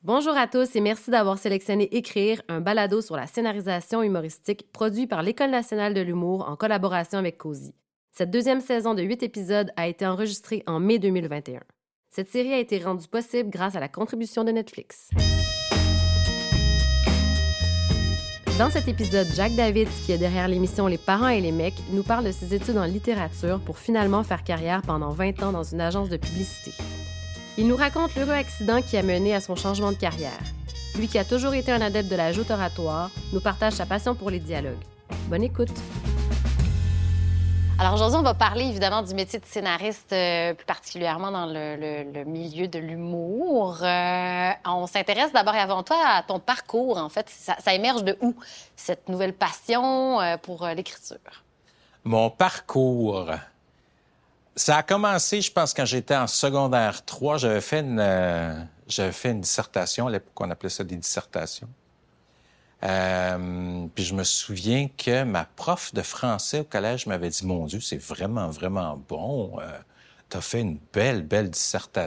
Bonjour à tous et merci d'avoir sélectionné Écrire, un balado sur la scénarisation humoristique produit par l'École nationale de l'humour en collaboration avec Cozy. Cette deuxième saison de 8 épisodes a été enregistrée en mai 2021. Cette série a été rendue possible grâce à la contribution de Netflix. Dans cet épisode, Jack David, qui est derrière l'émission Les parents et les mecs, nous parle de ses études en littérature pour finalement faire carrière pendant 20 ans dans une agence de publicité. Il nous raconte l'heureux accident qui a mené à son changement de carrière. Lui qui a toujours été un adepte de la joute oratoire, nous partage sa passion pour les dialogues. Bonne écoute! Alors aujourd'hui, on va parler évidemment du métier de scénariste, plus particulièrement dans le milieu de l'humour. On s'intéresse d'abord et avant tout à ton parcours, en fait. Ça émerge de où, cette nouvelle passion pour l'écriture? Mon parcours... Ça a commencé, je pense, quand j'étais en secondaire 3. J'avais fait une dissertation. À l'époque, on appelait ça des dissertations. Puis je me souviens que ma prof de français au collège m'avait dit « Mon Dieu, c'est vraiment, vraiment bon. T'as fait une belle, belle dissertation. »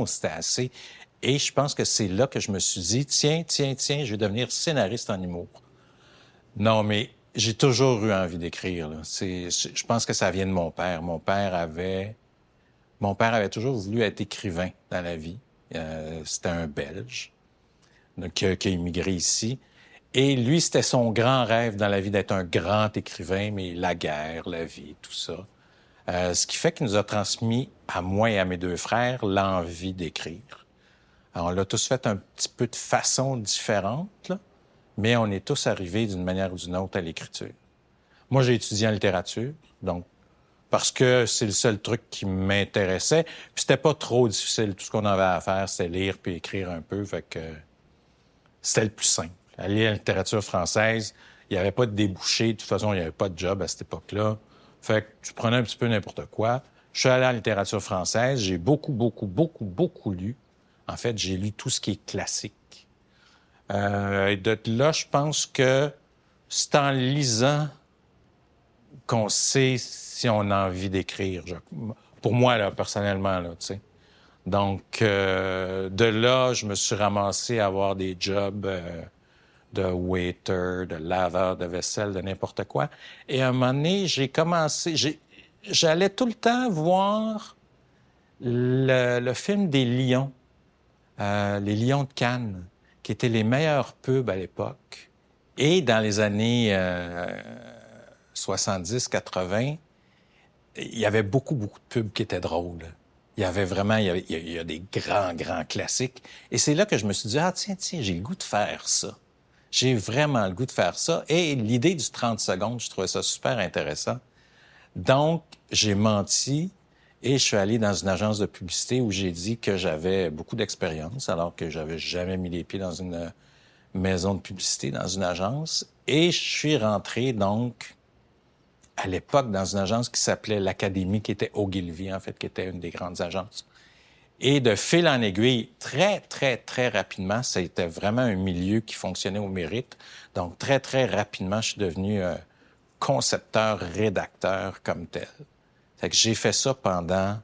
C'était assez... Et je pense que c'est là que je me suis dit « Tiens, je vais devenir scénariste en humour. » Non, mais... J'ai toujours eu envie d'écrire, là. Je pense que ça vient de mon père. Mon père avait toujours voulu être écrivain dans la vie. C'était un Belge qui a immigré ici. Et lui, c'était son grand rêve dans la vie d'être un grand écrivain, mais la guerre, la vie, tout ça. Ce qui fait qu'il nous a transmis, à moi et à mes deux frères, l'envie d'écrire. Alors, on l'a tous fait un petit peu de façon différente, là. Mais on est tous arrivés d'une manière ou d'une autre à l'écriture. Moi, j'ai étudié en littérature, donc parce que c'est le seul truc qui m'intéressait. Puis c'était pas trop difficile. Tout ce qu'on avait à faire, c'était lire puis écrire un peu. Fait que c'était le plus simple. Aller à la littérature française, il n'y avait pas de débouché. De toute façon, il n'y avait pas de job à cette époque-là. Fait que tu prenais un petit peu n'importe quoi. Je suis allé en littérature française. J'ai beaucoup lu. En fait, j'ai lu tout ce qui est classique. Et de là, je pense que c'est en lisant qu'on sait si on a envie d'écrire. Pour moi, là, personnellement, là, tu sais. Donc, de là, je me suis ramassé à avoir des jobs de waiter, de laveur de vaisselle, de n'importe quoi. Et à un moment donné, j'allais tout le temps voir le film des Lions, les Lions de Cannes, qui étaient les meilleurs pubs à l'époque. Et dans les années 70-80, il y avait beaucoup de pubs qui étaient drôles. Il y a des grands classiques. Et c'est là que je me suis dit, tiens, j'ai le goût de faire ça. J'ai vraiment le goût de faire ça. Et l'idée du 30 secondes, je trouvais ça super intéressant. Donc, j'ai menti. Et je suis allé dans une agence de publicité où j'ai dit que j'avais beaucoup d'expérience, alors que j'avais jamais mis les pieds dans une maison de publicité, dans une agence. Et je suis rentré, donc, à l'époque, dans une agence qui s'appelait l'Académie, qui était Ogilvy, en fait, qui était une des grandes agences. Et de fil en aiguille, très rapidement, c'était vraiment un milieu qui fonctionnait au mérite. Donc, très rapidement, je suis devenu concepteur, rédacteur comme tel. Fait que j'ai fait ça pendant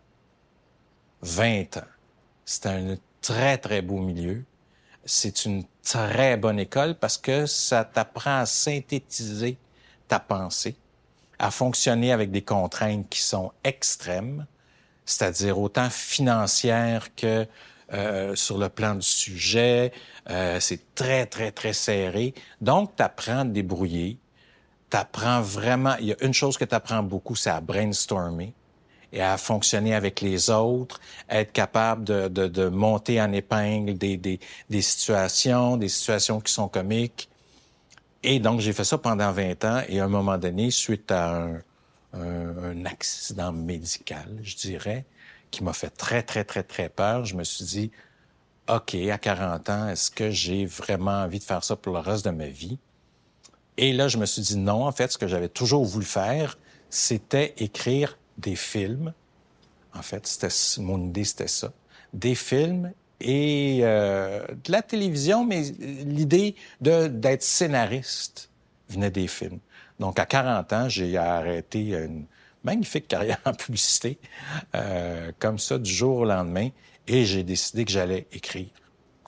20 ans. C'était un très beau milieu. C'est une très bonne école parce que ça t'apprend à synthétiser ta pensée, à fonctionner avec des contraintes qui sont extrêmes, c'est-à-dire autant financières que sur le plan du sujet. C'est très serré. Donc, t'apprends à te débrouiller. T'apprends vraiment... Il y a une chose que t'apprends beaucoup, c'est à brainstormer et à fonctionner avec les autres, à être capable de monter en épingle des situations qui sont comiques. Et donc, j'ai fait ça pendant 20 ans et à un moment donné, suite à un accident médical, je dirais, qui m'a fait très peur, je me suis dit, OK, à 40 ans, est-ce que j'ai vraiment envie de faire ça pour le reste de ma vie? Et là, je me suis dit non, en fait, ce que j'avais toujours voulu faire, c'était écrire des films. En fait, mon idée, c'était ça. Des films et de la télévision, mais l'idée d'être scénariste venait des films. Donc, à 40 ans, j'ai arrêté une magnifique carrière en publicité, comme ça, du jour au lendemain, et j'ai décidé que j'allais écrire.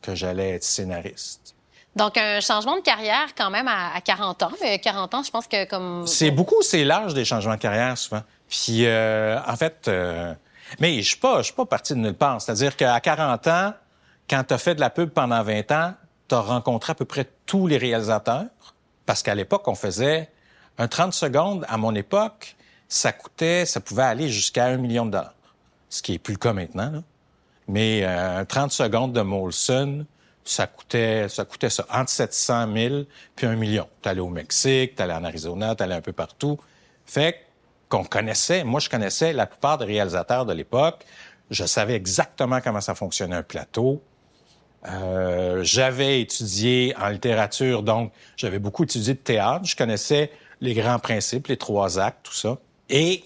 que j'allais être scénariste. Donc, un changement de carrière quand même à 40 ans. Mais 40 ans, je pense que comme... C'est l'âge des changements de carrière, souvent. Puis, en fait... mais je suis pas parti de nulle part. C'est-à-dire qu'à 40 ans, quand tu as fait de la pub pendant 20 ans, tu as rencontré à peu près tous les réalisateurs. Parce qu'à l'époque, on faisait un 30 secondes. À mon époque, ça pouvait aller jusqu'à 1 million de dollars. Ce qui est plus le cas maintenant, là. Mais 30 secondes de Molson, ça coûtait ça, entre 700 000 puis 1 million. T'allais au Mexique, t'allais en Arizona, t'allais un peu partout. Fait qu'on connaissait, moi je connaissais la plupart des réalisateurs de l'époque. Je savais exactement comment ça fonctionnait un plateau. J'avais étudié en littérature, donc j'avais beaucoup étudié de théâtre. Je connaissais les grands principes, les 3 actes, tout ça. Et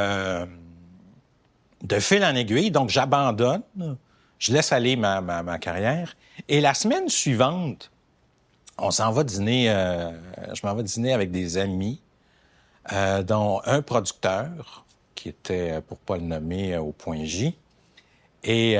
de fil en aiguille, donc j'abandonne, je laisse aller ma carrière. Et la semaine suivante, on s'en va dîner, je m'en vais dîner avec des amis, dont un producteur, qui était, pour pas le nommer, au Point J, et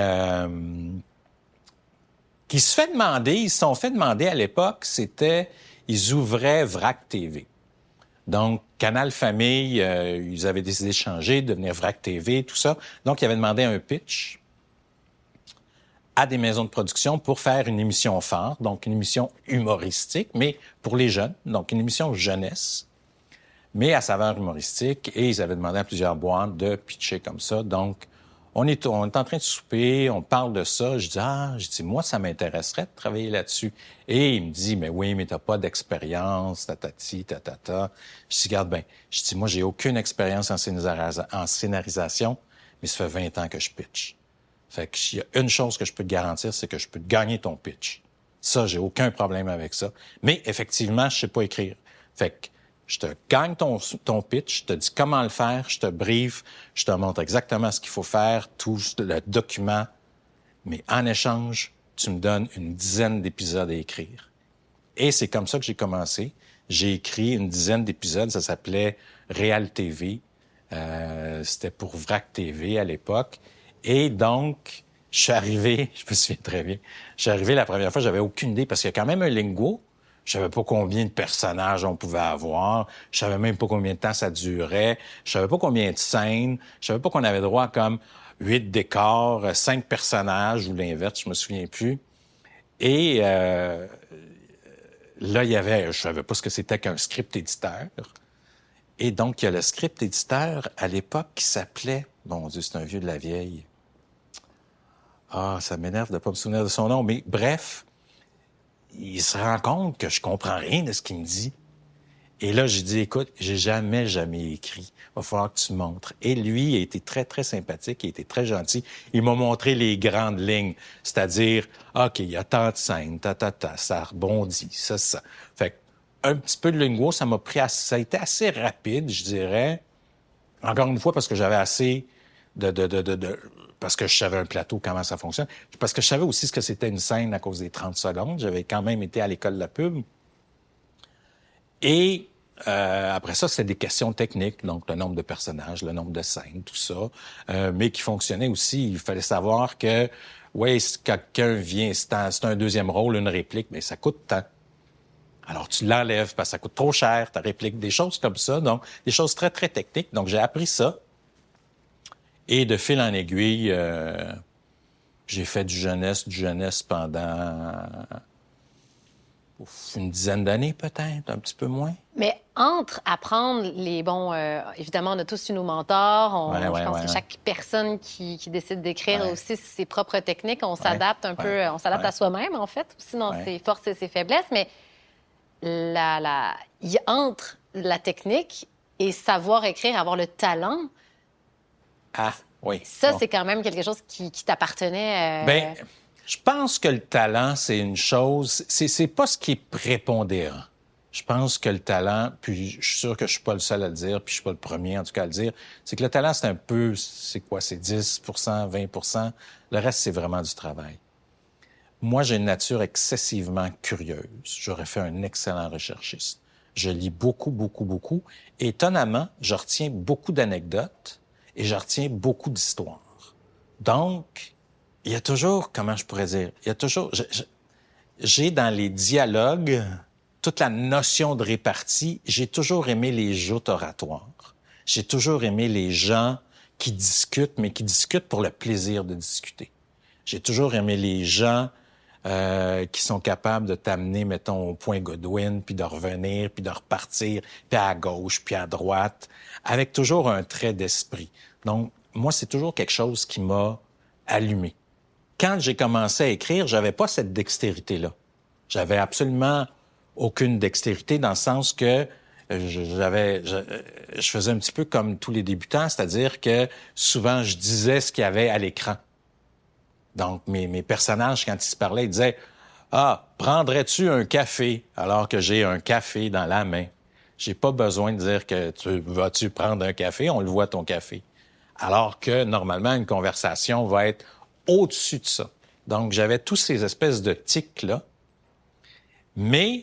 qui se fait demander, ils se sont fait demander à l'époque, ils ouvraient VRAC TV. Donc, Canal Famille, ils avaient décidé de changer, de devenir VRAC TV, tout ça. Donc, ils avaient demandé un pitch à des maisons de production pour faire une émission phare, donc une émission humoristique, mais pour les jeunes, donc une émission jeunesse, mais à saveur humoristique. Et ils avaient demandé à plusieurs boîtes de pitcher comme ça. Donc, on est en train de souper, on parle de ça. Je dis, moi, ça m'intéresserait de travailler là-dessus. Et il me dit, mais oui, mais t'as pas d'expérience, tatati, tatata. Je dis, regarde bien. Je dis, moi, j'ai aucune expérience en scénarisation, mais ça fait 20 ans que je pitch. Fait que s'il y a une chose que je peux te garantir, c'est que je peux te gagner ton pitch. Ça, j'ai aucun problème avec ça. Mais effectivement, je sais pas écrire. Fait que je te gagne ton pitch, je te dis comment le faire, je te briefe, je te montre exactement ce qu'il faut faire, tout le document. Mais en échange, tu me donnes une dizaine d'épisodes à écrire. Et c'est comme ça que j'ai commencé. J'ai écrit une dizaine d'épisodes, ça s'appelait Réal TV. C'était pour VRAC TV à l'époque. Et donc, je suis arrivé, je me souviens très bien, je suis arrivé la première fois, j'avais aucune idée, parce qu'il y a quand même un lingo. Je savais pas combien de personnages on pouvait avoir. Je savais même pas combien de temps ça durait. Je savais pas combien de scènes. Je savais pas qu'on avait droit à comme 8 décors, 5 personnages ou l'inverse, je me souviens plus. Et là, je savais pas ce que c'était qu'un script éditeur. Et donc, il y a le script éditeur à l'époque qui s'appelait, bon Dieu, c'est un vieux de la vieille. Ça m'énerve de pas me souvenir de son nom, mais bref, il se rend compte que je comprends rien de ce qu'il me dit. Et là, j'ai dit, écoute, j'ai jamais écrit. Il va falloir que tu montres. Et lui, il a été très, très sympathique, il a été très gentil. Il m'a montré les grandes lignes. C'est-à-dire, OK, il y a tant de scènes, ça rebondit, ça. Fait un petit peu de lingo, ça a été assez rapide, je dirais. Encore une fois, parce que j'avais assez parce que je savais un plateau, comment ça fonctionne. Parce que je savais aussi ce que c'était une scène à cause des 30 secondes. J'avais quand même été à l'école de la pub. Et après ça, c'était des questions techniques, donc le nombre de personnages, le nombre de scènes, tout ça, mais qui fonctionnait aussi. Il fallait savoir que, si quelqu'un vient, c'est un deuxième rôle, une réplique, mais ça coûte tant. Alors, tu l'enlèves parce que ça coûte trop cher, ta réplique, des choses comme ça. Donc, des choses très, très techniques. Donc, j'ai appris ça. Et de fil en aiguille, j'ai fait du jeunesse pendant une dizaine d'années peut-être, un petit peu moins. Mais entre apprendre les bons... évidemment, on a tous nos mentors. Je pense que chaque personne qui décide d'écrire aussi ses propres techniques, on s'adapte un peu, on s'adapte à soi-même, en fait, aussi dans ses forces et ses faiblesses. Mais entre la technique et savoir écrire, avoir le talent... Oui. Ça, c'est quand même quelque chose qui t'appartenait. Je pense que le talent, c'est une chose... C'est pas ce qui est prépondérant. Je pense que le talent, puis je suis sûr que je suis pas le seul à le dire, puis je suis pas le premier, en tout cas, à le dire, c'est que le talent, c'est un peu... C'est quoi? C'est 10 20 Le reste, c'est vraiment du travail. Moi, j'ai une nature excessivement curieuse. J'aurais fait un excellent recherchiste. Je lis beaucoup, beaucoup, beaucoup. Et étonnamment, je retiens beaucoup d'anecdotes et je retiens beaucoup d'histoires. Donc, il y a toujours, comment je pourrais dire, il y a toujours, j'ai dans les dialogues, toute la notion de répartie, j'ai toujours aimé les joutes oratoires. J'ai toujours aimé les gens qui discutent, mais qui discutent pour le plaisir de discuter. J'ai toujours aimé les gens qui sont capables de t'amener, mettons, au point Godwin, puis de revenir, puis de repartir, puis à gauche, puis à droite, avec toujours un trait d'esprit. Donc, moi, c'est toujours quelque chose qui m'a allumé. Quand j'ai commencé à écrire, j'avais pas cette dextérité-là. J'avais absolument aucune dextérité dans le sens que je faisais un petit peu comme tous les débutants, c'est-à-dire que souvent, je disais ce qu'il y avait à l'écran. Donc, mes personnages, quand ils se parlaient, ils disaient « Ah, prendrais-tu un café? » alors que j'ai un café dans la main. J'ai pas besoin de dire que vas-tu prendre un café? On le voit, ton café. Alors que, normalement, une conversation va être au-dessus de ça. Donc, j'avais tous ces espèces de tics-là. Mais,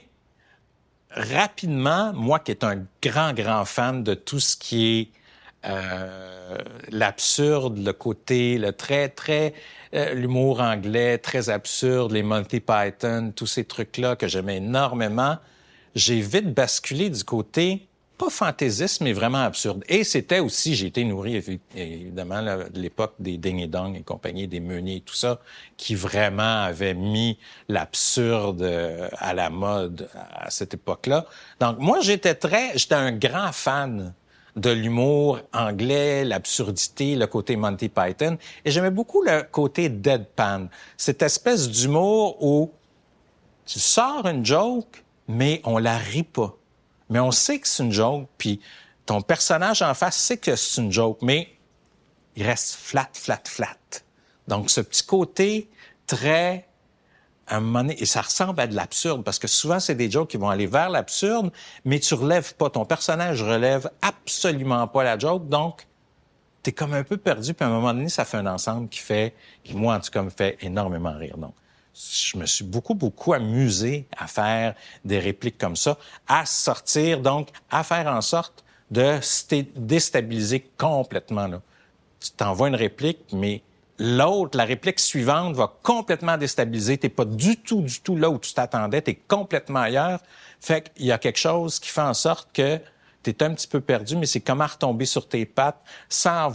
rapidement, moi qui est un grand fan de tout ce qui est l'absurde, le côté, le très, l'humour anglais, très absurde, les Monty Python, tous ces trucs-là que j'aimais énormément, j'ai vite basculé du côté, pas fantaisiste, mais vraiment absurde. Et c'était aussi, j'ai été nourri, évidemment, là, de l'époque des Ding et Dong et compagnie, des Meuniers et tout ça, qui vraiment avaient mis l'absurde à la mode à cette époque-là. Donc, moi, j'étais un grand fan de l'humour anglais, l'absurdité, le côté Monty Python. Et j'aimais beaucoup le côté deadpan. Cette espèce d'humour où tu sors une joke, mais on la rit pas. Mais on sait que c'est une joke, puis ton personnage en face sait que c'est une joke, mais il reste flat. Donc, ce petit côté très... À un moment donné, et ça ressemble à de l'absurde, parce que souvent, c'est des jokes qui vont aller vers l'absurde, mais tu relèves pas. Ton personnage relève absolument pas la joke, donc t'es comme un peu perdu, puis à un moment donné, ça fait un ensemble qui, moi, en tout cas, me fait énormément rire. Donc, je me suis beaucoup amusé à faire des répliques comme ça, à sortir, donc, à faire en sorte de déstabiliser complètement, là. Tu t'envoies une réplique, mais l'autre, la réplique suivante va complètement déstabiliser. T'es pas du tout là où tu t'attendais. T'es complètement ailleurs. Fait qu'il y a quelque chose qui fait en sorte que t'es un petit peu perdu, mais c'est comment retomber sur tes pattes sans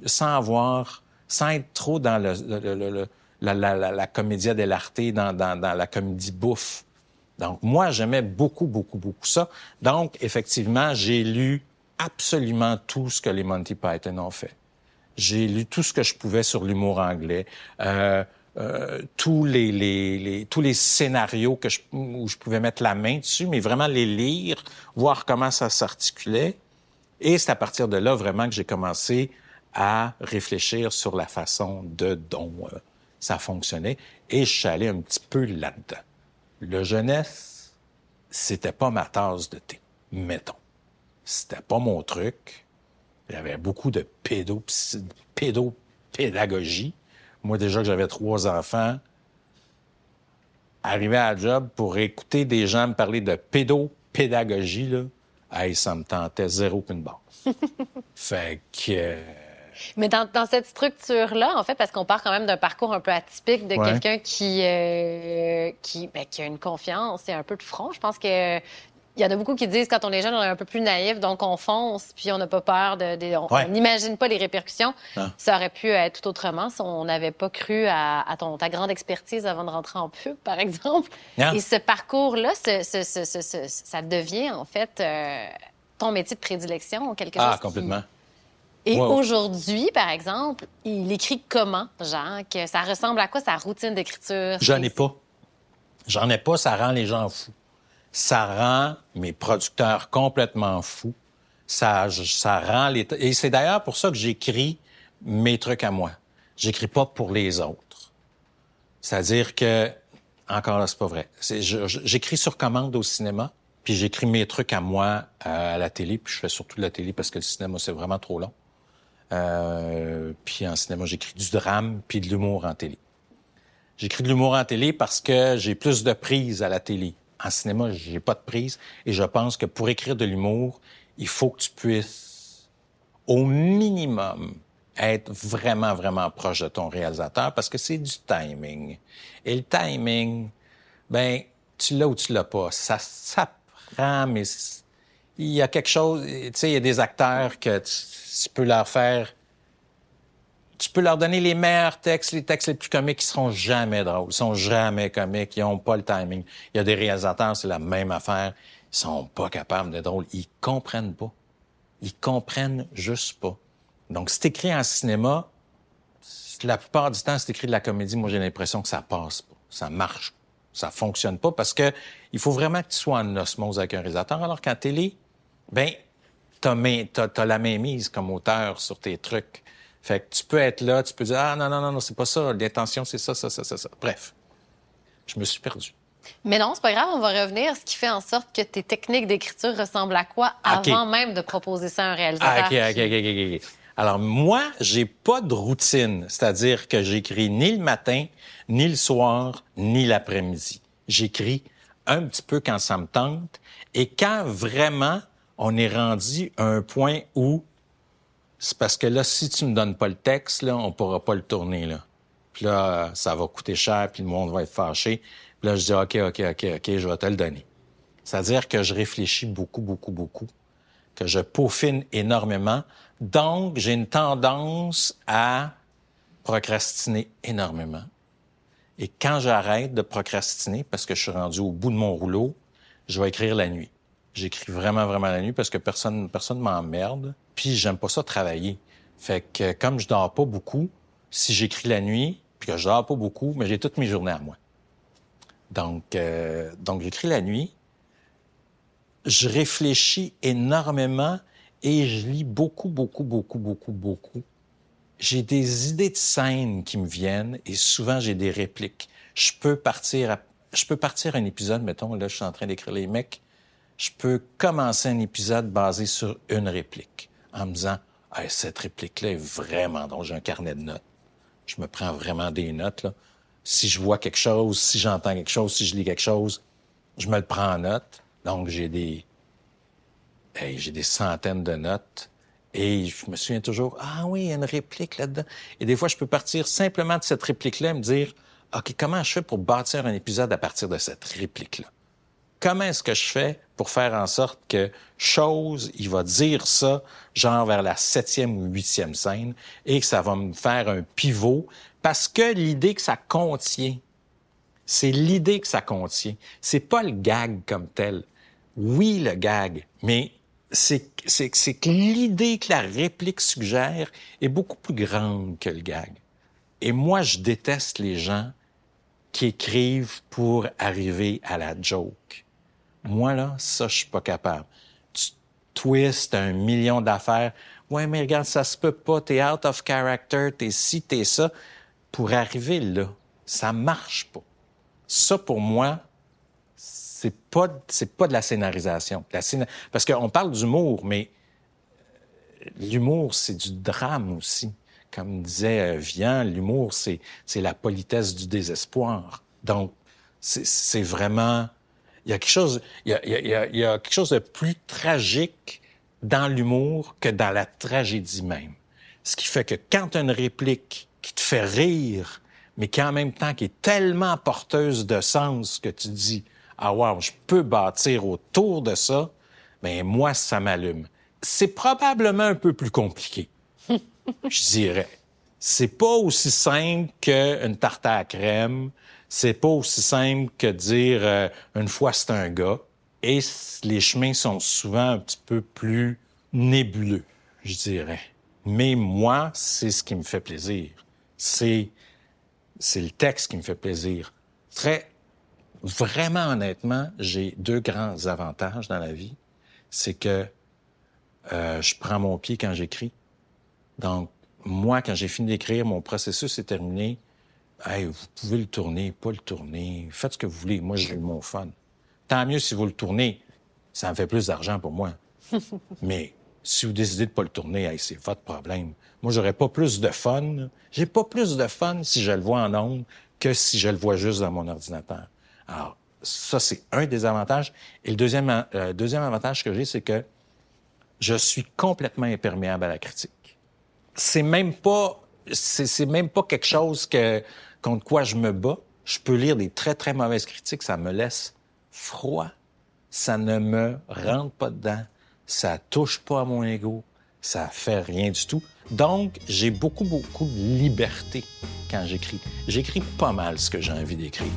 être trop dans la commedia dell'arte, dans la comédie bouffe. Donc, moi, j'aimais beaucoup ça. Donc, effectivement, j'ai lu absolument tout ce que les Monty Python ont fait. J'ai lu tout ce que je pouvais sur l'humour anglais, tous les scénarios où je pouvais mettre la main dessus, mais vraiment les lire, voir comment ça s'articulait. Et c'est à partir de là vraiment que j'ai commencé à réfléchir sur la façon dont ça fonctionnait. Et je suis allé un petit peu là-dedans. Le jeunesse, c'était pas ma tasse de thé, mettons. C'était pas mon truc. Il y avait beaucoup de pédopédagogie. Moi, déjà que j'avais 3 enfants, arriver à la job pour écouter des gens me parler de pédopédagogie, là, hey, ça me tentait 0 qu'une barre. Fait que... Mais dans cette structure-là, en fait, parce qu'on part quand même d'un parcours un peu atypique de quelqu'un qui a une confiance et un peu de front, je pense que... Il y en a beaucoup qui disent, quand on est jeune, on est un peu plus naïf, donc on fonce, puis on n'a pas peur on n'imagine pas les répercussions. Non. Ça aurait pu être tout autrement si on n'avait pas cru à ta grande expertise avant de rentrer en pub, par exemple. Non. Et ce parcours-là, ça devient, en fait, ton métier de prédilection, quelque chose. Ah, complètement. Et aujourd'hui, par exemple, il écrit comment, Jacques? Ça ressemble à quoi, sa routine d'écriture? J'en ai pas, ça rend les gens fous. Ça rend mes producteurs complètement fous. Ça rend les... Et c'est d'ailleurs pour ça que j'écris mes trucs à moi. J'écris pas pour les autres. C'est-à-dire que... Encore là, c'est pas vrai. J'écris sur commande au cinéma, puis j'écris mes trucs à moi à la télé, puis je fais surtout de la télé parce que le cinéma, c'est vraiment trop long. Puis en cinéma, j'écris du drame puis de l'humour en télé. J'écris de l'humour en télé parce que j'ai plus de prise à la télé. En cinéma, j'ai pas de prise. Et je pense que pour écrire de l'humour, il faut que tu puisses, au minimum, être vraiment, vraiment proche de ton réalisateur parce que c'est du timing. Et le timing, ben, tu l'as ou tu l'as pas. Ça prend, mais il y a quelque chose... Tu sais, il y a des acteurs que tu peux leur faire... Tu peux leur donner les meilleurs textes, les textes les plus comiques, qui seront jamais drôles, ils sont jamais comiques, ils ont pas le timing. Il y a des réalisateurs, c'est la même affaire, ils sont pas capables d'être drôles, ils comprennent pas. Ils comprennent juste pas. Donc, si t'écris en cinéma, la plupart du temps, si t'écris de la comédie, moi, j'ai l'impression que ça passe pas, ça marche pas, ça fonctionne pas, parce que il faut vraiment que tu sois en osmose avec un réalisateur, alors qu'en télé, ben, t'as la mainmise comme auteur sur tes trucs. Fait que tu peux être là, tu peux dire « Ah, non, c'est pas ça, l'intention, c'est ça. » Bref, je me suis perdu. Mais non, c'est pas grave, on va revenir. Ce qui fait en sorte que tes techniques d'écriture ressemblent à quoi avant même de proposer ça à un réalisateur? OK. Alors, moi, j'ai pas de routine. C'est-à-dire que j'écris ni le matin, ni le soir, ni l'après-midi. J'écris un petit peu quand ça me tente. Et quand vraiment on est rendu à un point où c'est parce que là, si tu me donnes pas le texte, là, on pourra pas le tourner, là. Puis là, ça va coûter cher, puis le monde va être fâché. Puis là, je dis OK, je vais te le donner. C'est-à-dire que je réfléchis beaucoup, que je peaufine énormément. Donc, j'ai une tendance à procrastiner énormément. Et quand j'arrête de procrastiner, parce que je suis rendu au bout de mon rouleau, je vais écrire la nuit. J'écris vraiment la nuit parce que personne m'emmerde. Puis j'aime pas ça travailler. Fait que comme je dors pas beaucoup, si j'écris la nuit, puis que je dors pas beaucoup, mais j'ai toutes mes journées à moi. Donc j'écris la nuit. Je réfléchis énormément et je lis beaucoup. J'ai des idées de scènes qui me viennent et souvent j'ai des répliques. Je peux partir un épisode, mettons, là je suis en train d'écrire les mecs, je peux commencer un épisode basé sur une réplique en me disant « Hey, cette réplique-là est vraiment drôle. » J'ai un carnet de notes. Je me prends vraiment des notes, là. Si je vois quelque chose, si j'entends quelque chose, si je lis quelque chose, je me le prends en note. Donc, j'ai des centaines de notes. Et je me souviens toujours « Ah oui, il y a une réplique là-dedans. » Et des fois, je peux partir simplement de cette réplique-là et me dire « OK, comment je fais pour bâtir un épisode à partir de cette réplique-là? » Comment est-ce que je fais pour faire en sorte que chose, il va dire ça, genre vers la 7e ou 8e scène, et que ça va me faire un pivot, parce que l'idée que ça contient, c'est l'idée que ça contient. C'est pas le gag comme tel. Oui, le gag, mais c'est que l'idée que la réplique suggère est beaucoup plus grande que le gag. Et moi, je déteste les gens qui écrivent pour arriver à la joke. Moi, là, ça, je suis pas capable. Tu twists 1 million d'affaires. Ouais, mais regarde, ça se peut pas. T'es out of character, t'es ci, t'es ça. Pour arriver là, ça marche pas. Ça, pour moi, c'est pas de la scénarisation. Parce qu'on parle d'humour, mais l'humour, c'est du drame aussi. Comme disait Vian, l'humour, c'est la politesse du désespoir. Donc, c'est vraiment... Il y a quelque chose de plus tragique dans l'humour que dans la tragédie même. Ce qui fait que quand tu as une réplique qui te fait rire, mais qui en même temps qui est tellement porteuse de sens que tu dis « Ah wow, je peux bâtir autour de ça », bien moi, ça m'allume. C'est probablement un peu plus compliqué, je dirais. C'est pas aussi simple qu'une tarte à la crème. C'est pas aussi simple que dire une fois c'est un gars. Et les chemins sont souvent un petit peu plus nébuleux, je dirais. Mais moi, c'est ce qui me fait plaisir. C'est le texte qui me fait plaisir. Vraiment honnêtement, j'ai 2 grands avantages dans la vie. C'est que je prends mon pied quand j'écris. Donc, moi, quand j'ai fini d'écrire, mon processus est terminé. Hey, vous pouvez le tourner, pas le tourner. Faites ce que vous voulez. Moi, j'ai eu mon fun. Tant mieux si vous le tournez. Ça me fait plus d'argent pour moi. Mais si vous décidez de pas le tourner, hey, c'est votre problème. Moi, j'aurais pas plus de fun. J'ai pas plus de fun si je le vois en ondes que si je le vois juste dans mon ordinateur. Alors, ça, c'est un des avantages. Et le deuxième avantage que j'ai, c'est que je suis complètement imperméable à la critique. c'est même pas quelque chose contre quoi je me bats. Je peux lire des très, très mauvaises critiques, ça me laisse froid. Ça ne me rentre pas dedans. Ça touche pas à mon ego. Ça fait rien du tout. Donc, j'ai beaucoup, beaucoup de liberté quand j'écris. J'écris pas mal ce que j'ai envie d'écrire.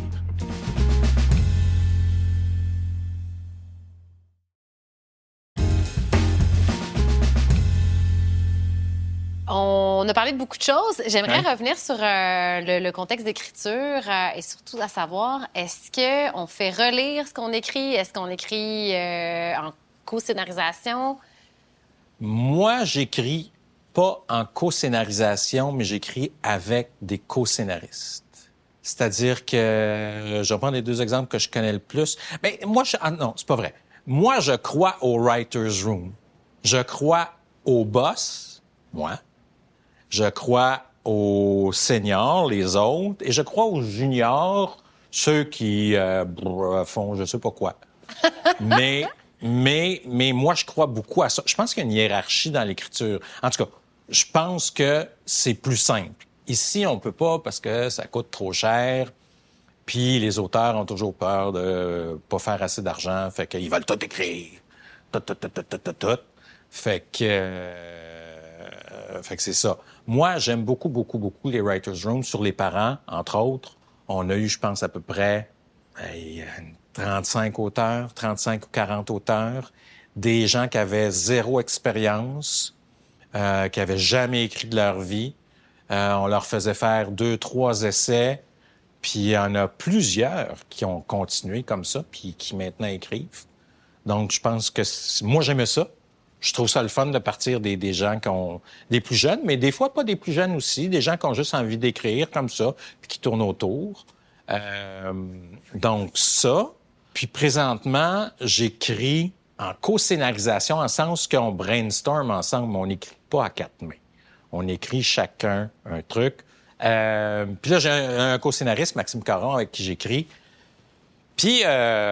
On a parlé de beaucoup de choses. J'aimerais revenir sur le contexte d'écriture et surtout à savoir, est-ce qu'on fait relire ce qu'on écrit? Est-ce qu'on écrit en co-scénarisation? Moi, j'écris pas en co-scénarisation, mais j'écris avec des co-scénaristes. C'est-à-dire que, je vais prendre les 2 exemples que je connais le plus. Mais moi, non, c'est pas vrai. Moi, je crois au writer's room. Je crois au boss, moi. Je crois aux seniors, les autres, et je crois aux juniors, ceux qui font je sais pas quoi. Mais moi, je crois beaucoup à ça. Je pense qu'il y a une hiérarchie dans l'écriture. En tout cas, je pense que c'est plus simple. Ici, on peut pas parce que ça coûte trop cher, puis les auteurs ont toujours peur de pas faire assez d'argent, fait qu'ils veulent tout écrire. Tout. Fait que c'est ça. Moi, j'aime beaucoup, beaucoup, beaucoup les writer's rooms sur les parents, entre autres. On a eu, je pense, à peu près 35 auteurs, 35 ou 40 auteurs, des gens qui avaient 0 expérience, qui avaient jamais écrit de leur vie. On leur faisait faire 2, 3 essais, puis il y en a plusieurs qui ont continué comme ça, puis qui maintenant écrivent. Donc, je pense que moi, j'aimais ça. Je trouve ça le fun de partir des gens qui ont... des plus jeunes, mais des fois pas des plus jeunes aussi, des gens qui ont juste envie d'écrire comme ça, puis qui tournent autour. Donc ça. Puis présentement, j'écris en co-scénarisation, en sens qu'on brainstorm ensemble, mais on n'écrit pas à 4 mains. On écrit chacun un truc. Puis là, j'ai un co-scénariste, Maxime Caron, avec qui j'écris. Puis,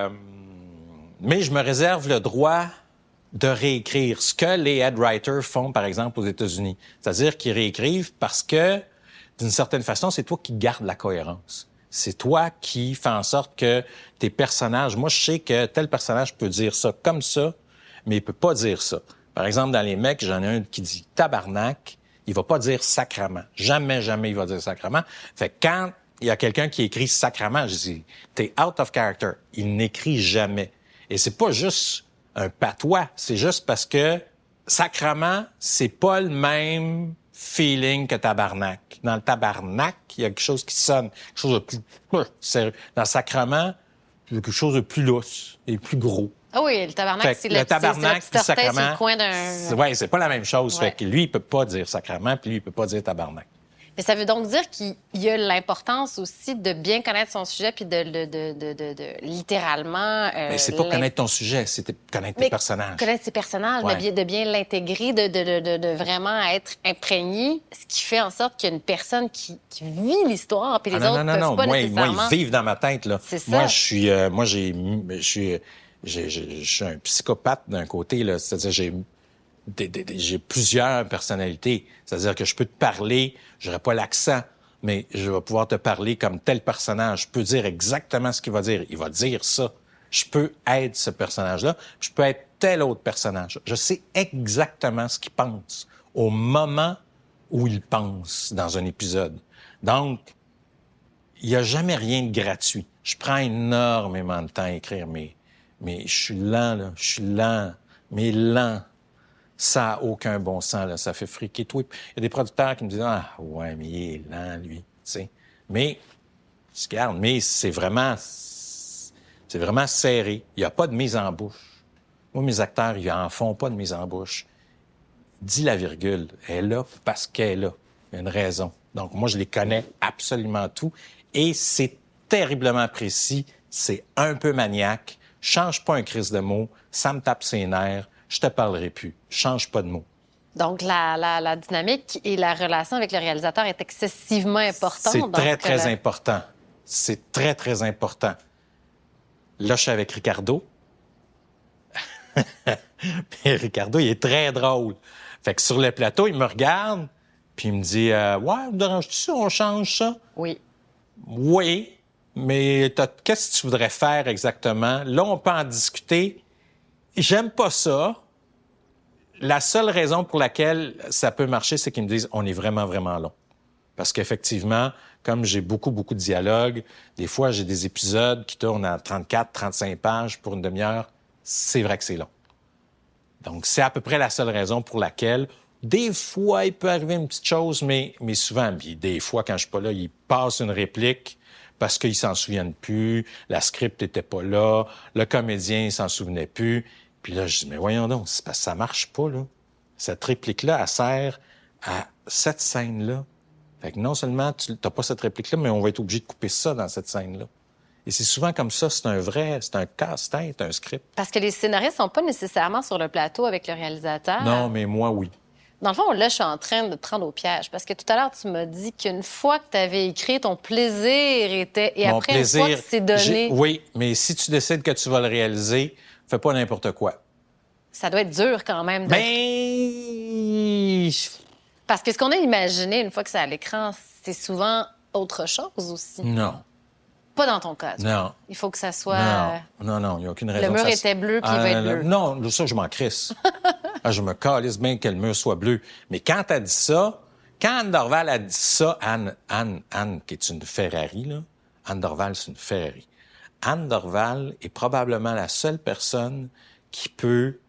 mais je me réserve le droit de réécrire ce que les head writers font, par exemple, aux États-Unis. C'est-à-dire qu'ils réécrivent parce que, d'une certaine façon, c'est toi qui gardes la cohérence. C'est toi qui fais en sorte que tes personnages... Moi, je sais que tel personnage peut dire ça comme ça, mais il peut pas dire ça. Par exemple, dans les mecs, j'en ai un qui dit « tabarnak », il va pas dire « sacrament ». Jamais, jamais il va dire « sacrament ». Fait que quand il y a quelqu'un qui écrit « sacrament », je dis « t'es out of character ». Il n'écrit jamais. Et c'est pas juste un patois, c'est juste parce que sacrament, c'est pas le même feeling que tabarnak. Dans le tabarnak, il y a quelque chose qui sonne, quelque chose de plus sérieux. Dans le sacrament, il y a quelque chose de plus lousse et plus gros. Ah oui, le tabarnak, c'est le tabarnak, c'est le petit orteil sacrament, sur le coin d'un... Ouais, c'est pas la même chose. Ouais. Fait que lui, il peut pas dire sacrament, puis lui, il peut pas dire tabarnak. Mais ça veut donc dire qu'il y a l'importance aussi de bien connaître son sujet puis de littéralement... Mais c'est pas connaître ton sujet, c'est connaître tes personnages. Connaître ses personnages, Ouais. mais de bien l'intégrer, de vraiment être imprégné, ce qui fait en sorte qu'il y a une personne qui vit l'histoire puis les autres peuvent pas nécessairement... Moi, ils vivent dans ma tête, là. C'est ça. Moi, je suis un psychopathe d'un côté, là. C'est-à-dire, j'ai plusieurs personnalités. C'est-à-dire que je peux te parler, j'aurai pas l'accent, mais je vais pouvoir te parler comme tel personnage. Je peux dire exactement ce qu'il va dire. Il va dire ça. Je peux être ce personnage-là. Je peux être tel autre personnage. Je sais exactement ce qu'il pense au moment où il pense dans un épisode. Donc, il n'y a jamais rien de gratuit. Je prends énormément de temps à écrire, mais je suis lent, là. Je suis lent, mais lent. Ça n'a aucun bon sens, là. Ça fait friquer tout. Il y a des producteurs qui me disent « Ah, ouais, mais il est lent, lui. » Tu sais. Mais, regarde, mais c'est vraiment serré. Il n'y a pas de mise en bouche. Moi, mes acteurs, ils en font pas de mise en bouche. Dis la virgule. Elle est là parce qu'elle est là. Il y a une raison. Donc, moi, je les connais absolument tout. Et c'est terriblement précis. C'est un peu maniaque. Change pas un crise de mots. Ça me tape ses nerfs. Je te parlerai plus. Change pas de mots. Donc, la dynamique et la relation avec le réalisateur est excessivement importante. C'est très, très important. C'est très, très important. Là, je suis avec Ricardo. Puis Ricardo, il est très drôle. Fait que sur le plateau, il me regarde, Puis il me dit, ouais, vous dérange-tu si on change ça? Oui. Oui, mais qu'est-ce que tu voudrais faire exactement? Là, on peut en discuter. J'aime pas ça. La seule raison pour laquelle ça peut marcher, c'est qu'ils me disent, on est vraiment, vraiment long. Parce qu'effectivement, comme j'ai beaucoup, beaucoup de dialogues, des fois, j'ai des épisodes qui tournent à 34, 35 pages pour une demi-heure. C'est vrai que c'est long. Donc, c'est à peu près la seule raison pour laquelle, des fois, il peut arriver une petite chose, mais souvent, puis des fois, quand je suis pas là, il passe une réplique parce qu'ils s'en souviennent plus, la script était pas là, le comédien, il s'en souvenait plus. Puis là, je dis, mais voyons donc, c'est parce que ça marche pas, là. Cette réplique-là, elle sert à cette scène-là. Fait que non seulement tu n'as pas cette réplique-là, mais on va être obligé de couper ça dans cette scène-là. Et c'est souvent comme ça, c'est un casse-tête, un script. Parce que les scénaristes sont pas nécessairement sur le plateau avec le réalisateur. Non, mais moi, oui. Dans le fond, là, je suis en train de te prendre au piège. Parce que tout à l'heure, tu m'as dit qu'une fois que tu avais écrit, ton plaisir était... Et Mon après, plaisir, une fois que c'est donné... Oui, mais si tu décides que tu vas le réaliser, fais pas n'importe quoi. Ça doit être dur quand même. Ben... Parce que ce qu'on a imaginé une fois que c'est à l'écran, c'est souvent autre chose aussi. Non. Pas dans ton cas. Non. Il faut que ça soit... Non, il n'y a aucune raison. Le mur était bleu, puis il va être bleu. Non, ça, je m'en crisse. Je me calisse bien que le mur soit bleu. Mais quand elle dit ça, quand Anne Dorval a dit ça, Anne, qui est une Ferrari, là, Anne Dorval, c'est une Ferrari. Anne Dorval est probablement la seule personne qui peut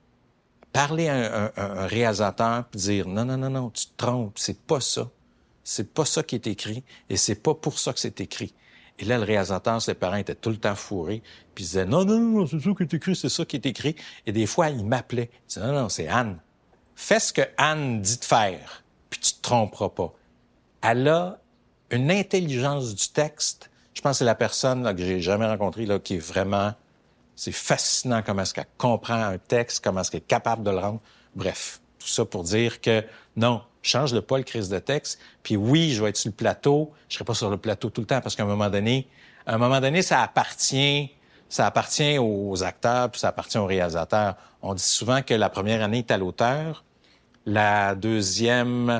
parler à un réalisateur et dire non, tu te trompes, c'est pas ça. C'est pas ça qui est écrit et c'est pas pour ça que c'est écrit. Et là, le réalisateur, ses parents étaient tout le temps fourrés, puis ils disaient non, c'est ça qui est écrit, c'est ça qui est écrit. Et des fois, il m'appelait. Il disait non, c'est Anne. Fais ce que Anne dit de faire, puis tu te tromperas pas. Elle a une intelligence du texte. Je pense que c'est la personne là, que j'ai jamais rencontrée là, qui est vraiment... C'est fascinant comment est-ce qu'elle comprend un texte, comment est-ce qu'elle est capable de le rendre. Bref, tout ça pour dire que non, change-le pas, le crise de texte. Puis oui, je vais être sur le plateau. Je serai pas sur le plateau tout le temps parce qu'à un moment donné, ça appartient aux acteurs puis ça appartient aux réalisateurs. On dit souvent que la première année est à l'auteur, la deuxième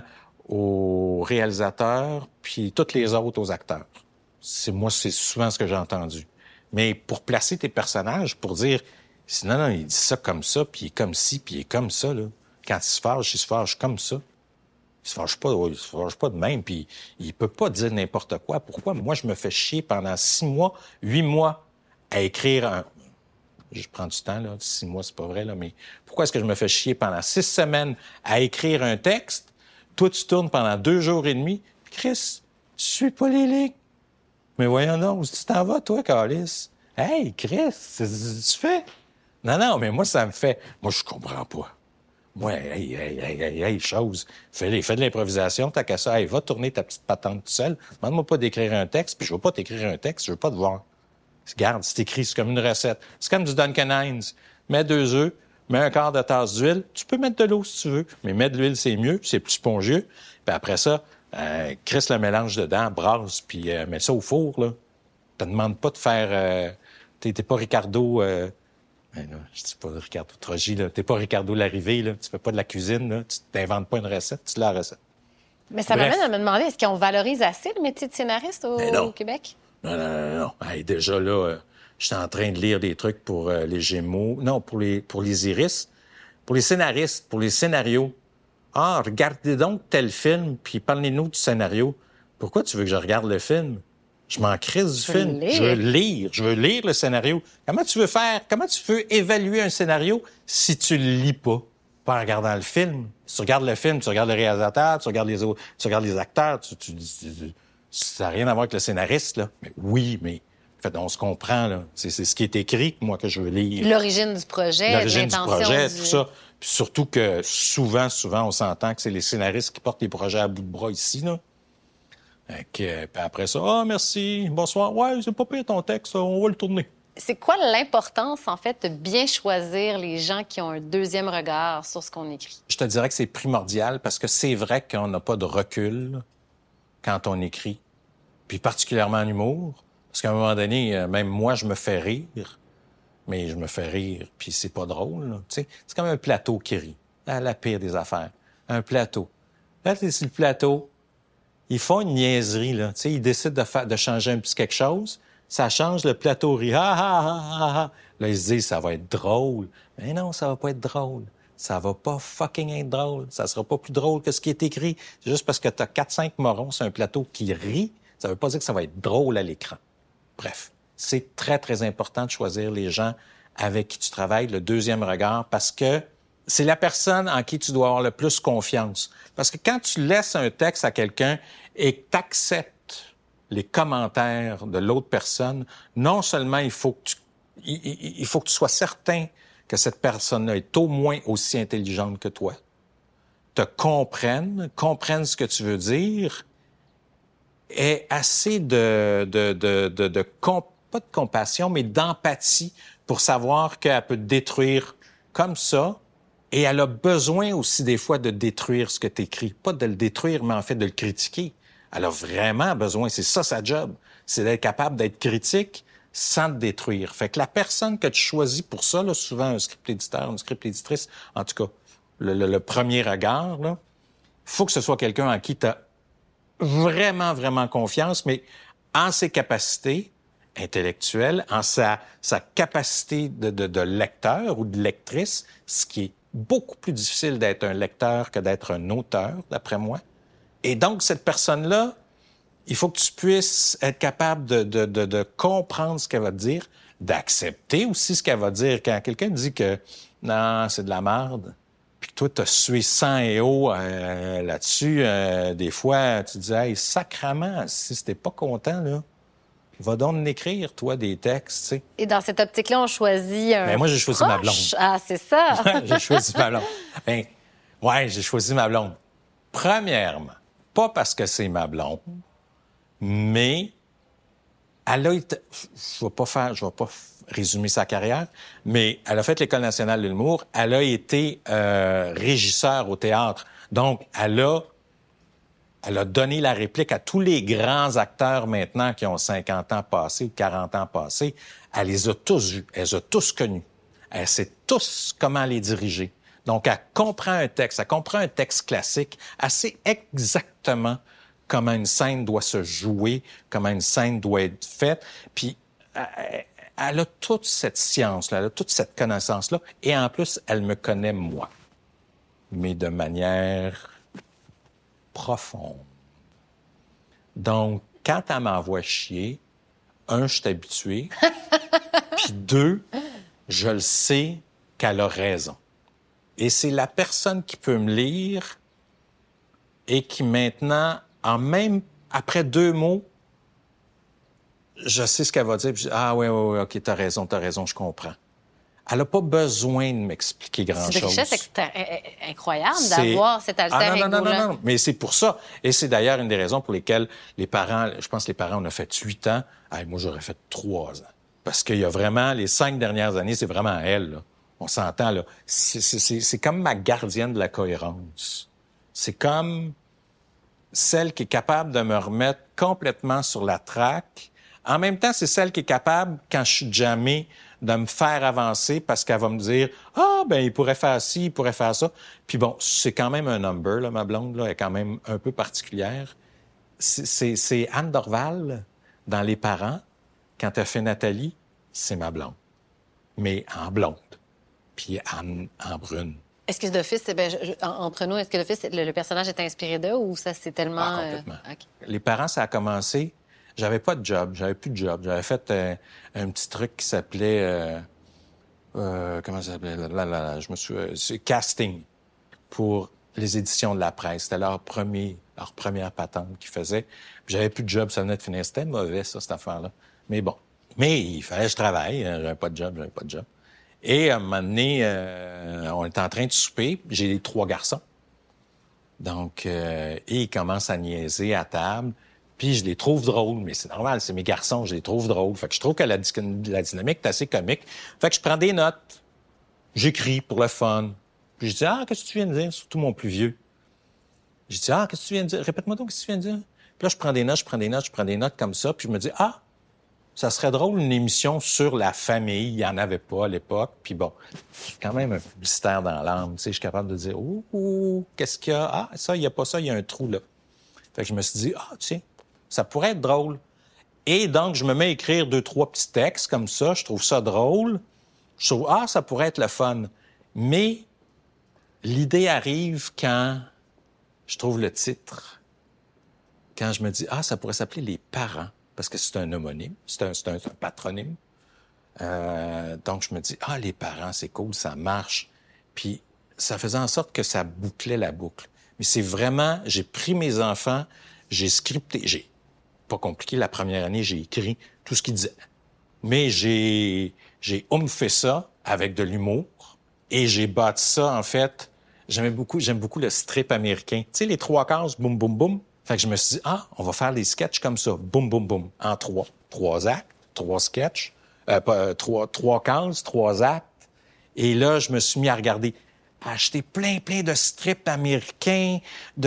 au réalisateur, puis toutes les autres aux acteurs. C'est souvent ce que j'ai entendu. Mais pour placer tes personnages, pour dire, non, il dit ça comme ça, puis il est comme ci, puis il est comme ça, là. Quand il se fâche comme ça. Il se fâche pas de même, puis il peut pas dire n'importe quoi. Pourquoi? Moi, je me fais chier pendant 6 mois, 8 mois à écrire Je prends du temps, là. 6 mois, c'est pas vrai, là, mais pourquoi est-ce que je me fais chier pendant 6 semaines à écrire un texte? Toi, tu tournes pendant 2 jours et demi. Chris, tu suis pas les lignes. Mais voyons donc, tu t'en vas, toi, Calice? Hey, Chris, tu fais? Non, mais moi, ça me fait... Moi, je comprends pas. Moi, hey, chose. Fais de l'improvisation, t'as qu'à ça. Hey, va tourner ta petite patente tout seul. Demande-moi pas d'écrire un texte, puis je veux pas t'écrire un texte, je veux pas te voir. Regarde, c'est écrit, c'est comme une recette. C'est comme du Duncan Hines. Mets 2 œufs, mets un quart de tasse d'huile. Tu peux mettre de l'eau si tu veux, mais mettre de l'huile, c'est mieux, puis c'est plus spongieux. Puis après ça, crisse le mélange dedans, brasse, puis mets ça au four, là. Te demande pas de faire... T'es pas Ricardo... non, je dis pas Ricardo Trogi, là. T'es pas Ricardo Larrivée, là. Tu fais pas de la cuisine, là. Tu t'inventes pas une recette, tu la recette. Mais ça m'amène à me demander, est-ce qu'on valorise assez le métier de scénariste au Québec? Non. Hey, déjà, là, j'étais en train de lire des trucs pour les Gémeaux. Non, pour les Iris. Pour les scénaristes, pour les scénarios. Ah, regardez donc tel film, puis parlez-nous du scénario. Pourquoi tu veux que je regarde le film? Je m'en crisse du film. Je veux lire le scénario. Comment tu veux évaluer un scénario si tu le lis pas? Pas en regardant le film. Si tu regardes le film, tu regardes le réalisateur, tu regardes les autres, tu regardes les acteurs, ça n'a rien à voir avec le scénariste, là. Mais oui, mais en fait, on se comprend, là. C'est ce qui est écrit, moi, que je veux lire. L'origine du projet, tout ça. Puis surtout que souvent, on s'entend que c'est les scénaristes qui portent les projets à bout de bras ici, là. Puis après ça, merci, bonsoir, ouais, c'est pas pire ton texte, on va le tourner. C'est quoi l'importance, en fait, de bien choisir les gens qui ont un deuxième regard sur ce qu'on écrit? Je te dirais que c'est primordial parce que c'est vrai qu'on n'a pas de recul quand on écrit, puis particulièrement en humour, parce qu'à un moment donné, même moi, je me fais rire, mais je me fais rire, puis c'est pas drôle, tu sais. C'est comme un plateau qui rit, la pire des affaires, un plateau. Là, t'es sur le plateau. Ils font une niaiserie, là. Tu sais, ils décident de changer un petit quelque chose. Ça change, le plateau rit. Ah, ah, ah, ah, ah. Là, ils se disent, ça va être drôle. Mais non, ça va pas être drôle. Ça va pas fucking être drôle. Ça sera pas plus drôle que ce qui est écrit. C'est juste parce que t'as 4-5 morons sur un plateau qui rit, ça veut pas dire que ça va être drôle à l'écran. Bref, c'est très, très important de choisir les gens avec qui tu travailles, le deuxième regard, parce que c'est la personne en qui tu dois avoir le plus confiance. Parce que quand tu laisses un texte à quelqu'un et que tu acceptes les commentaires de l'autre personne, non seulement il faut que tu sois certain que cette personne-là est au moins aussi intelligente que toi, te comprenne ce que tu veux dire, ait assez pas de compassion, mais d'empathie pour savoir qu'elle peut te détruire comme ça. Et elle a besoin aussi des fois de détruire ce que tu écris. Pas de le détruire, mais en fait de le critiquer. Elle a vraiment besoin, c'est ça sa job, c'est d'être capable d'être critique sans te détruire. Fait que la personne que tu choisis pour ça, là, souvent un script éditeur, une script éditrice, en tout cas, le premier regard, il faut que ce soit quelqu'un en qui tu as vraiment, vraiment confiance, mais en ses capacités intellectuelles, en sa capacité de lecteur ou de lectrice, ce qui est beaucoup plus difficile d'être un lecteur que d'être un auteur, d'après moi. Et donc, cette personne-là, il faut que tu puisses être capable de comprendre ce qu'elle va te dire, d'accepter aussi ce qu'elle va dire. Quand quelqu'un dit que non, c'est de la merde, puis que toi, t'as sué sang et eau là-dessus, des fois, tu te dis, hey, sacrement, si t'es pas content, là, va donc l'écrire, toi, des textes, tu sais. Et dans cette optique-là, on choisit un Ben, moi, j'ai choisi ma blonde. Ah, c'est ça! J'ai choisi ma blonde. Ben, ouais, j'ai choisi ma blonde. Premièrement, pas parce que c'est ma blonde, mais elle a été... Je vais pas résumer sa carrière, mais elle a fait l'École nationale de l'humour. Elle a été régisseur au théâtre. Donc, elle a donné la réplique à tous les grands acteurs maintenant qui ont 50 ans passés ou 40 ans passés. Elle les a tous vus, elle les a tous connus. Elle sait tous comment les diriger. Donc, elle comprend un texte classique, elle sait exactement comment une scène doit se jouer, comment une scène doit être faite. Puis, elle a toute cette science-là, elle a toute cette connaissance-là. Et en plus, elle me connaît, moi, mais de manière profonde. Donc, quand elle m'envoie chier, un, je suis habitué, puis deux, je le sais qu'elle a raison. Et c'est la personne qui peut me lire et qui maintenant, après 2 mots, je sais ce qu'elle va dire. Puis je dis, ah ouais, OK, t'as raison, je comprends. Elle n'a pas besoin de m'expliquer grand-chose. C'est une richesse incroyable d'avoir cet alter ego-là. Non, mais c'est pour ça. Et c'est d'ailleurs une des raisons pour lesquelles les parents, je pense que les parents, on a fait 8 ans. Moi, j'aurais fait 3 ans. Parce qu'il y a vraiment, les 5 dernières années, c'est vraiment elle, là. On s'entend, là. C'est comme ma gardienne de la cohérence. C'est comme celle qui est capable de me remettre complètement sur la traque. En même temps, c'est celle qui est capable, quand je suis jammé, de me faire avancer parce qu'elle va me dire « Ah, ben il pourrait faire ci, il pourrait faire ça. » Puis bon, c'est quand même un number, là, ma blonde, là, elle est quand même un peu particulière. C'est Anne Dorval, dans Les Parents, quand elle fait Nathalie, c'est ma blonde. Mais en blonde. Puis Anne en brune. Est-ce que d'office, entre nous, est-ce que d'office, le personnage est inspiré d'eux ou ça, c'est tellement... Ah, complètement. Okay. Les Parents, ça a commencé... J'avais pas de job, j'avais plus de job. J'avais fait un petit truc qui s'appelait... comment ça s'appelait? Je me suis... c'est casting pour les éditions de la presse. C'était leur première patente qu'ils faisaient. Puis j'avais plus de job, ça venait de finir. C'était mauvais, ça, cette affaire-là. Mais bon. Mais il fallait que je travaille. J'avais pas de job. Et à un moment donné, on était en train de souper. J'ai 3 garçons. Donc, et ils commencent à niaiser à table. Puis je les trouve drôles, mais c'est normal, c'est mes garçons, je les trouve drôles. Fait que je trouve que la dynamique est assez comique. Fait que je prends des notes, j'écris pour le fun. Puis je dis « Ah, qu'est-ce que tu viens de dire? » Surtout mon plus vieux. Je dis « Ah, qu'est-ce que tu viens de dire? Répète-moi donc ce que tu viens de dire. » Puis là, je prends des notes comme ça, puis je me dis « Ah, ça serait drôle une émission sur la famille. Il n'y en avait pas à l'époque. Puis bon, c'est quand même un publicitaire dans l'âme. Tu sais, je suis capable de dire, qu'est-ce qu'il y a? Ah, ça, il n'y a pas ça, il y a un trou là. Fait que je me suis dit, tiens, ça pourrait être drôle. Et donc, je me mets à écrire 2-3 petits textes comme ça. Je trouve ça drôle. Je trouve, ça pourrait être le fun. Mais l'idée arrive quand je trouve le titre. Quand je me dis, ça pourrait s'appeler Les Parents. Parce que c'est un homonyme, c'est un patronyme. Donc, je me dis, les parents, c'est cool, ça marche. Puis, ça faisait en sorte que ça bouclait la boucle. Mais c'est vraiment, j'ai pris mes enfants, j'ai scripté, j'ai pas compliqué la première année, j'ai écrit tout ce qu'ils disaient. Mais j'ai fait ça avec de l'humour et j'ai bâti ça, en fait, j'aime beaucoup le strip américain. Tu sais, les 3 cases, boum, boum, boum. Fait que je me suis dit, on va faire des sketchs comme ça, boum, boum, boum, en 3. 3 actes, 3 sketchs, 3 cases, 3 actes. Et là, je me suis mis à acheter plein de strips américains,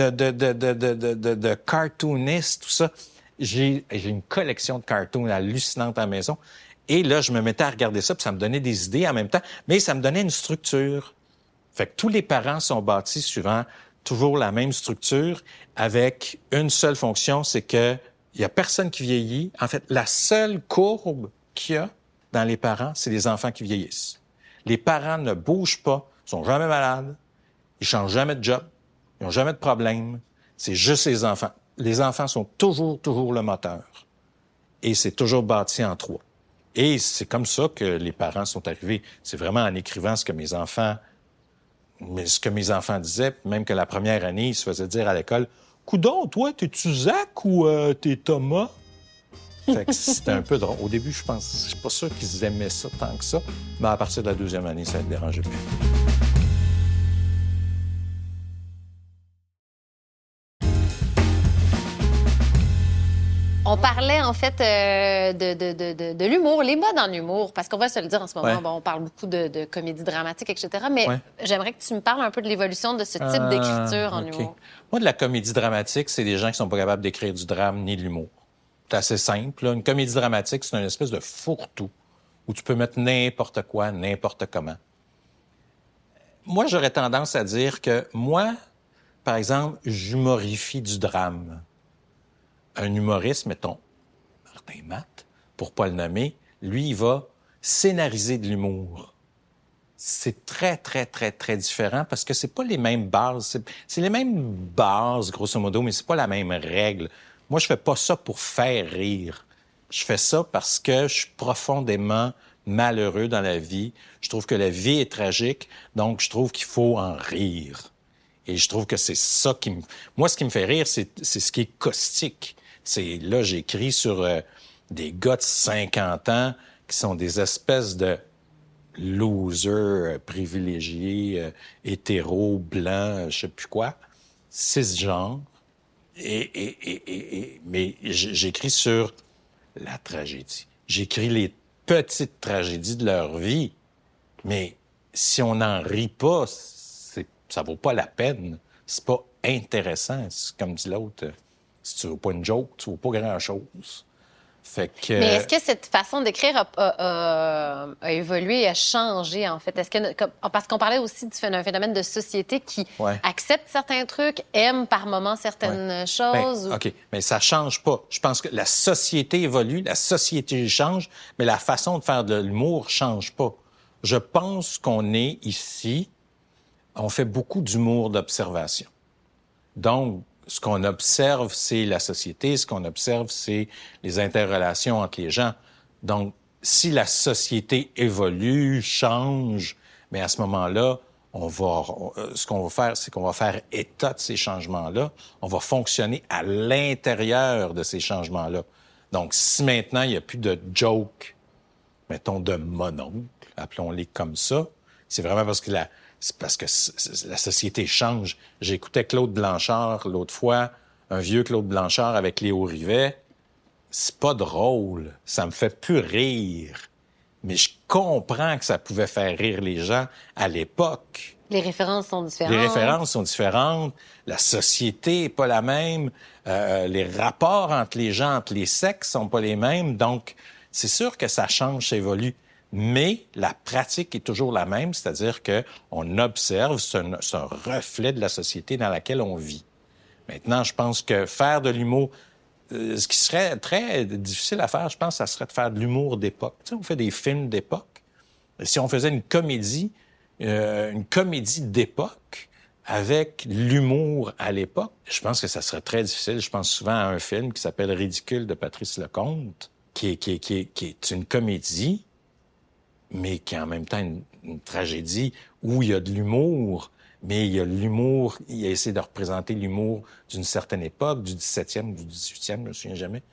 de cartoonistes, tout ça. J'ai une collection de cartoons hallucinantes à la maison. Et là, je me mettais à regarder ça, puis ça me donnait des idées en même temps, mais ça me donnait une structure. Fait que tous les parents sont bâtis suivant toujours la même structure avec une seule fonction, c'est que il y a personne qui vieillit. En fait, la seule courbe qu'il y a dans les parents, c'est les enfants qui vieillissent. Les parents ne bougent pas, sont jamais malades, ils changent jamais de job, ils n'ont jamais de problème. C'est juste les enfants. Les enfants sont toujours le moteur. Et c'est toujours bâti en 3. Et c'est comme ça que les parents sont arrivés. C'est vraiment en écrivant ce que mes enfants disaient, même que la première année, ils se faisaient dire à l'école, « Coudon, toi, t'es-tu Zach ou t'es Thomas? » Fait que c'était un peu drôle. Au début, je suis pas sûr qu'ils aimaient ça tant que ça, mais à partir de la 2e année, ça ne dérangeait plus. On parlait, en fait, de l'humour, les modes en humour, parce qu'on va se le dire en ce moment, on parle beaucoup de comédie dramatique, etc., mais j'aimerais que tu me parles un peu de l'évolution de ce type d'écriture en humour. Moi, de la comédie dramatique, c'est des gens qui sont pas capables d'écrire du drame ni de l'humour. C'est assez simple. Là. Une comédie dramatique, c'est une espèce de fourre-tout où tu peux mettre n'importe quoi, n'importe comment. Moi, j'aurais tendance à dire que moi, par exemple, j'humorifie du drame. Un humoriste, mettons, Martin Matt, pour pas le nommer, lui, il va scénariser de l'humour. C'est très différent parce que c'est pas les mêmes bases. C'est les mêmes bases, grosso modo, mais c'est pas la même règle. Moi, je fais pas ça pour faire rire. Je fais ça parce que je suis profondément malheureux dans la vie. Je trouve que la vie est tragique, donc je trouve qu'il faut en rire. Et je trouve que c'est ça qui me... Moi, ce qui me fait rire, c'est ce qui est caustique. Là, j'écris sur des gars de 50 ans qui sont des espèces de losers privilégiés, hétéros, blancs, je sais plus quoi, cisgenres. Mais j'écris sur la tragédie. J'écris les petites tragédies de leur vie. Mais si on n'en rit pas, ça vaut pas la peine. C'est pas intéressant. C'est comme dit l'autre, si tu veux pas une joke, tu veux pas grand-chose. Fait que... Mais est-ce que cette façon d'écrire a évolué, a changé, en fait? Parce qu'on parlait aussi d'un phénomène de société qui accepte certains trucs, aime par moments certaines choses. OK, mais ça change pas. Je pense que la société évolue, la société change, mais la façon de faire de l'humour change pas. Je pense qu'on est ici, on fait beaucoup d'humour d'observation. Donc, ce qu'on observe, c'est la société. Ce qu'on observe, c'est les interrelations entre les gens. Donc, si la société évolue, change, mais à ce moment-là, ce qu'on va faire, c'est qu'on va faire état de ces changements-là. On va fonctionner à l'intérieur de ces changements-là. Donc, si maintenant, il n'y a plus de jokes, mettons, de mononcle, appelons-les comme ça, c'est vraiment parce que la société change. J'écoutais Claude Blanchard l'autre fois, un vieux Claude Blanchard avec Léo Rivet. C'est pas drôle, ça me fait plus rire. Mais je comprends que ça pouvait faire rire les gens à l'époque. Les références sont différentes. Les références sont différentes. La société est pas la même. Les rapports entre les gens, entre les sexes sont pas les mêmes. Donc, C'est sûr que ça change, ça évolue, mais la pratique est toujours la même, c'est-à-dire qu'on observe, c'est un reflet de la société dans laquelle on vit. Maintenant, je pense que faire de l'humour, ce qui serait très difficile à faire, je pense, ça serait de faire de l'humour d'époque. Tu sais, on fait des films d'époque. Si on faisait une comédie d'époque avec l'humour à l'époque, je pense que ça serait très difficile. Je pense souvent à un film qui s'appelle Ridicule de Patrice Lecomte, qui est une comédie, mais qui est en même temps une tragédie où il y a de l'humour, mais il y a l'humour, il a essayé de représenter l'humour d'une certaine époque, du 17e ou du 18e, je me souviens jamais.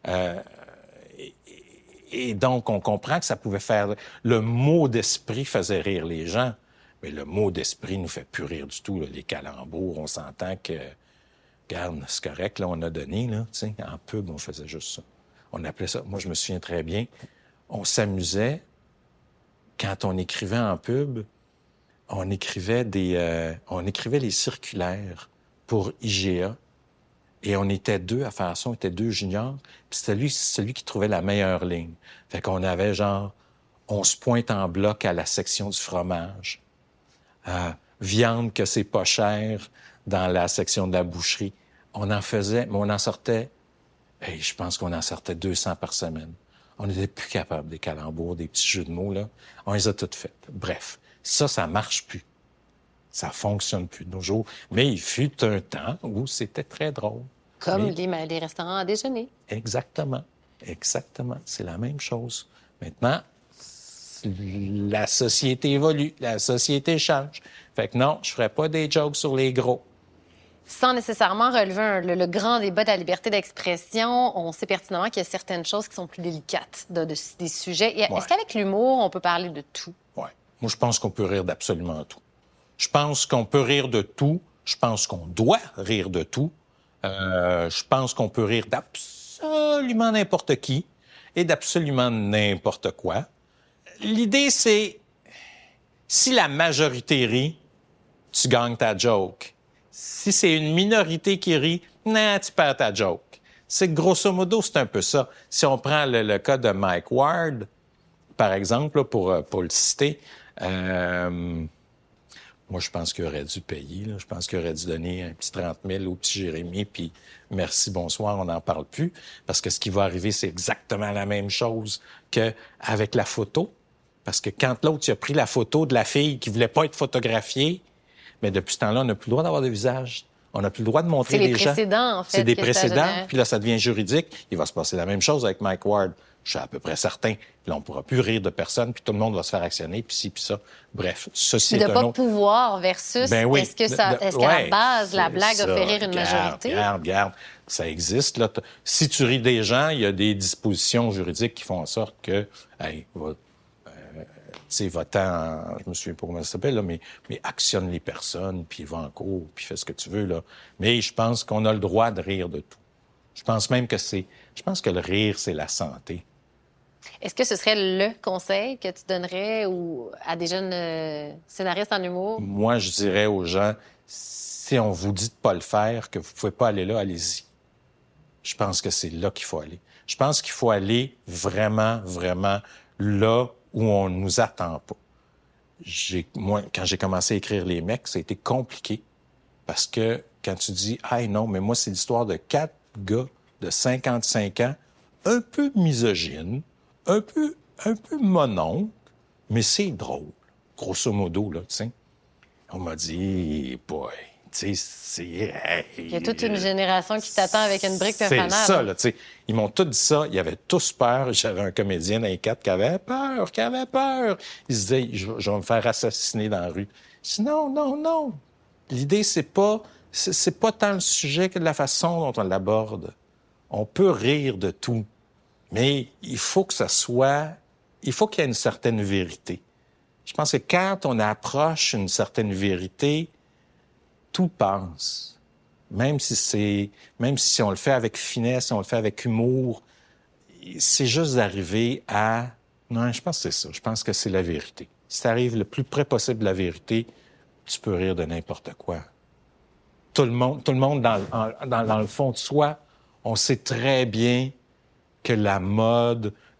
Et donc, on comprend que ça pouvait faire... Le mot d'esprit faisait rire les gens, mais le mot d'esprit nous fait plus rire du tout, là. Les calembours, on s'entend que... Regarde, c'est correct, là, on a donné, là, tu sais, en pub, on faisait juste ça. On appelait ça... Moi, je me souviens très bien, on s'amusait... Quand on écrivait en pub, on écrivait les circulaires pour IGA. Et on était 2 à faire ça, on était 2 juniors. Puis c'était celui qui trouvait la meilleure ligne. Fait qu'on avait genre, on se pointe en bloc à la section du fromage. Viande que c'est pas cher dans la section de la boucherie. On en faisait, mais on en sortait, je pense qu'on en sortait 200 par semaine. On n'était plus capable des calembours, des petits jeux de mots, là. On les a toutes faites. Bref, ça marche plus. Ça fonctionne plus de nos jours. Mais il fut un temps où c'était très drôle. Comme les restaurants à déjeuner. Exactement. C'est la même chose. Maintenant, la société évolue, la société change. Fait que non, je ferai pas des jokes sur les gros. Sans nécessairement relever le grand débat de la liberté d'expression, on sait pertinemment qu'il y a certaines choses qui sont plus délicates, des sujets. Est-ce qu'avec l'humour, on peut parler de tout? Oui. Moi, je pense qu'on peut rire d'absolument tout. Je pense qu'on peut rire de tout. Je pense qu'on doit rire de tout. Je pense qu'on peut rire d'absolument n'importe qui et d'absolument n'importe quoi. L'idée, c'est, si la majorité rit, tu gagnes ta joke. Si c'est une minorité qui rit, tu perds ta joke. C'est grosso modo, c'est un peu ça. Si on prend le cas de Mike Ward, par exemple, là, pour le citer, moi, je pense qu'il aurait dû payer. Là. Je pense qu'il aurait dû donner un petit 30 000 au petit Jérémy, puis merci, bonsoir, on n'en parle plus. Parce que ce qui va arriver, c'est exactement la même chose qu'avec la photo. Parce que quand l'autre il a pris la photo de la fille qui voulait pas être photographiée, mais depuis ce temps-là, on n'a plus le droit d'avoir de visage. On n'a plus le droit de montrer les gens. C'est les précédents, en fait. C'est des précédents, puis là, ça devient juridique. Il va se passer la même chose avec Mike Ward. Je suis à peu près certain. Là, on ne pourra plus rire de personne, puis tout le monde va se faire actionner, puis ci, puis ça. Bref, ceci est un autre... De pas pouvoir versus oui. Est-ce qu'à la base, la blague a fait rire une majorité? Regarde. Ça existe. Là. Si tu ris des gens, il y a des dispositions juridiques qui font en sorte que... votant, je me souviens pas comment ça s'appelle, là, mais actionne les personnes, puis va en cours, puis fais ce que tu veux, là. Mais je pense qu'on a le droit de rire de tout. Je pense même que le rire, c'est la santé. Est-ce que ce serait le conseil que tu donnerais à des jeunes scénaristes en humour? Moi, je dirais aux gens, si on vous dit de pas le faire, que vous pouvez pas aller là, allez-y. Je pense que c'est là qu'il faut aller. Je pense qu'il faut aller vraiment, vraiment là où on ne nous attend pas. Moi, quand j'ai commencé à écrire Les Mecs, ça a été compliqué. Parce que quand tu dis « Hey, non, mais moi, c'est l'histoire de 4 gars de 55 ans, un peu misogynes, un peu mononcle, mais c'est drôle. » Grosso modo, là, tu sais. On m'a dit « Boy, tu sais, c'est... Hey, il y a toute une génération qui t'attend avec une brique de fanal. C'est ça, là, tu sais. Ils m'ont tous dit ça. Ils avaient tous peur. J'avais un comédien dans les 4 qui avait peur. Il se disait, je vais me faire assassiner dans la rue. Je dis, non. L'idée, c'est pas tant le sujet que de la façon dont on l'aborde. On peut rire de tout. Mais il faut qu'il y ait une certaine vérité. Je pense que quand on approche une certaine vérité, tout passe. Même si on le fait avec finesse, si on le fait avec humour, c'est juste d'arriver à... Non, je pense que c'est ça. Je pense que c'est la vérité. Si tu arrives le plus près possible de la vérité, tu peux rire de n'importe quoi. Tout le monde dans le fond de soi, on sait très bien que la mode,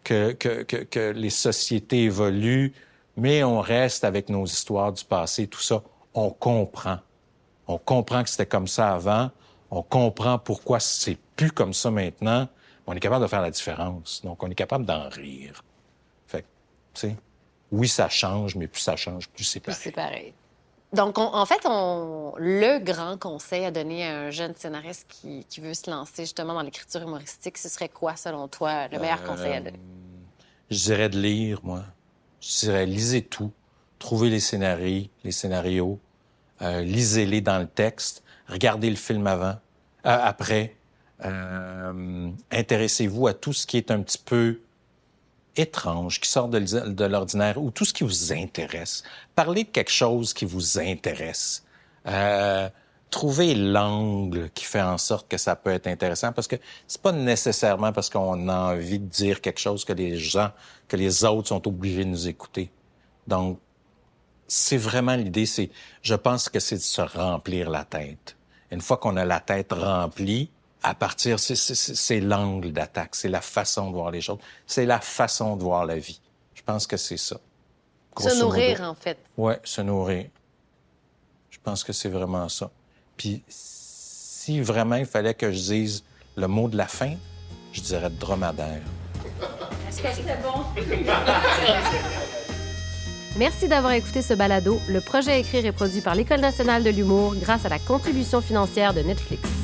que les sociétés évoluent, mais on reste avec nos histoires du passé, tout ça. On comprend. On comprend que c'était comme ça avant. On comprend pourquoi c'est plus comme ça maintenant. On est capable de faire la différence. Donc, on est capable d'en rire. Fait que, tu sais, oui, ça change, mais plus ça change, plus c'est pareil. Plus c'est pareil. Donc, en fait, le grand conseil à donner à un jeune scénariste qui veut se lancer justement dans l'écriture humoristique, ce serait quoi, selon toi, le meilleur conseil à donner? Je dirais de lire, moi. Je dirais, lisez tout. Trouvez les scénarios. Lisez-les dans le texte. Regardez le film après. Intéressez-vous à tout ce qui est un petit peu étrange, qui sort de l'ordinaire, ou tout ce qui vous intéresse. Parlez de quelque chose qui vous intéresse. Trouvez l'angle qui fait en sorte que ça peut être intéressant, parce que c'est pas nécessairement parce qu'on a envie de dire quelque chose que les autres sont obligés de nous écouter. Donc, c'est vraiment l'idée, je pense que c'est de se remplir la tête. Une fois qu'on a la tête remplie, à partir, c'est l'angle d'attaque, c'est la façon de voir les choses, c'est la façon de voir la vie. Je pense que c'est ça. Se nourrir, en fait. Oui, se nourrir. Je pense que c'est vraiment ça. Puis, si vraiment il fallait que je dise le mot de la fin, je dirais dromadaire. Est-ce que c'était bon? Merci d'avoir écouté ce balado. Le projet Écrire est produit par l'École nationale de l'humour grâce à la contribution financière de Netflix.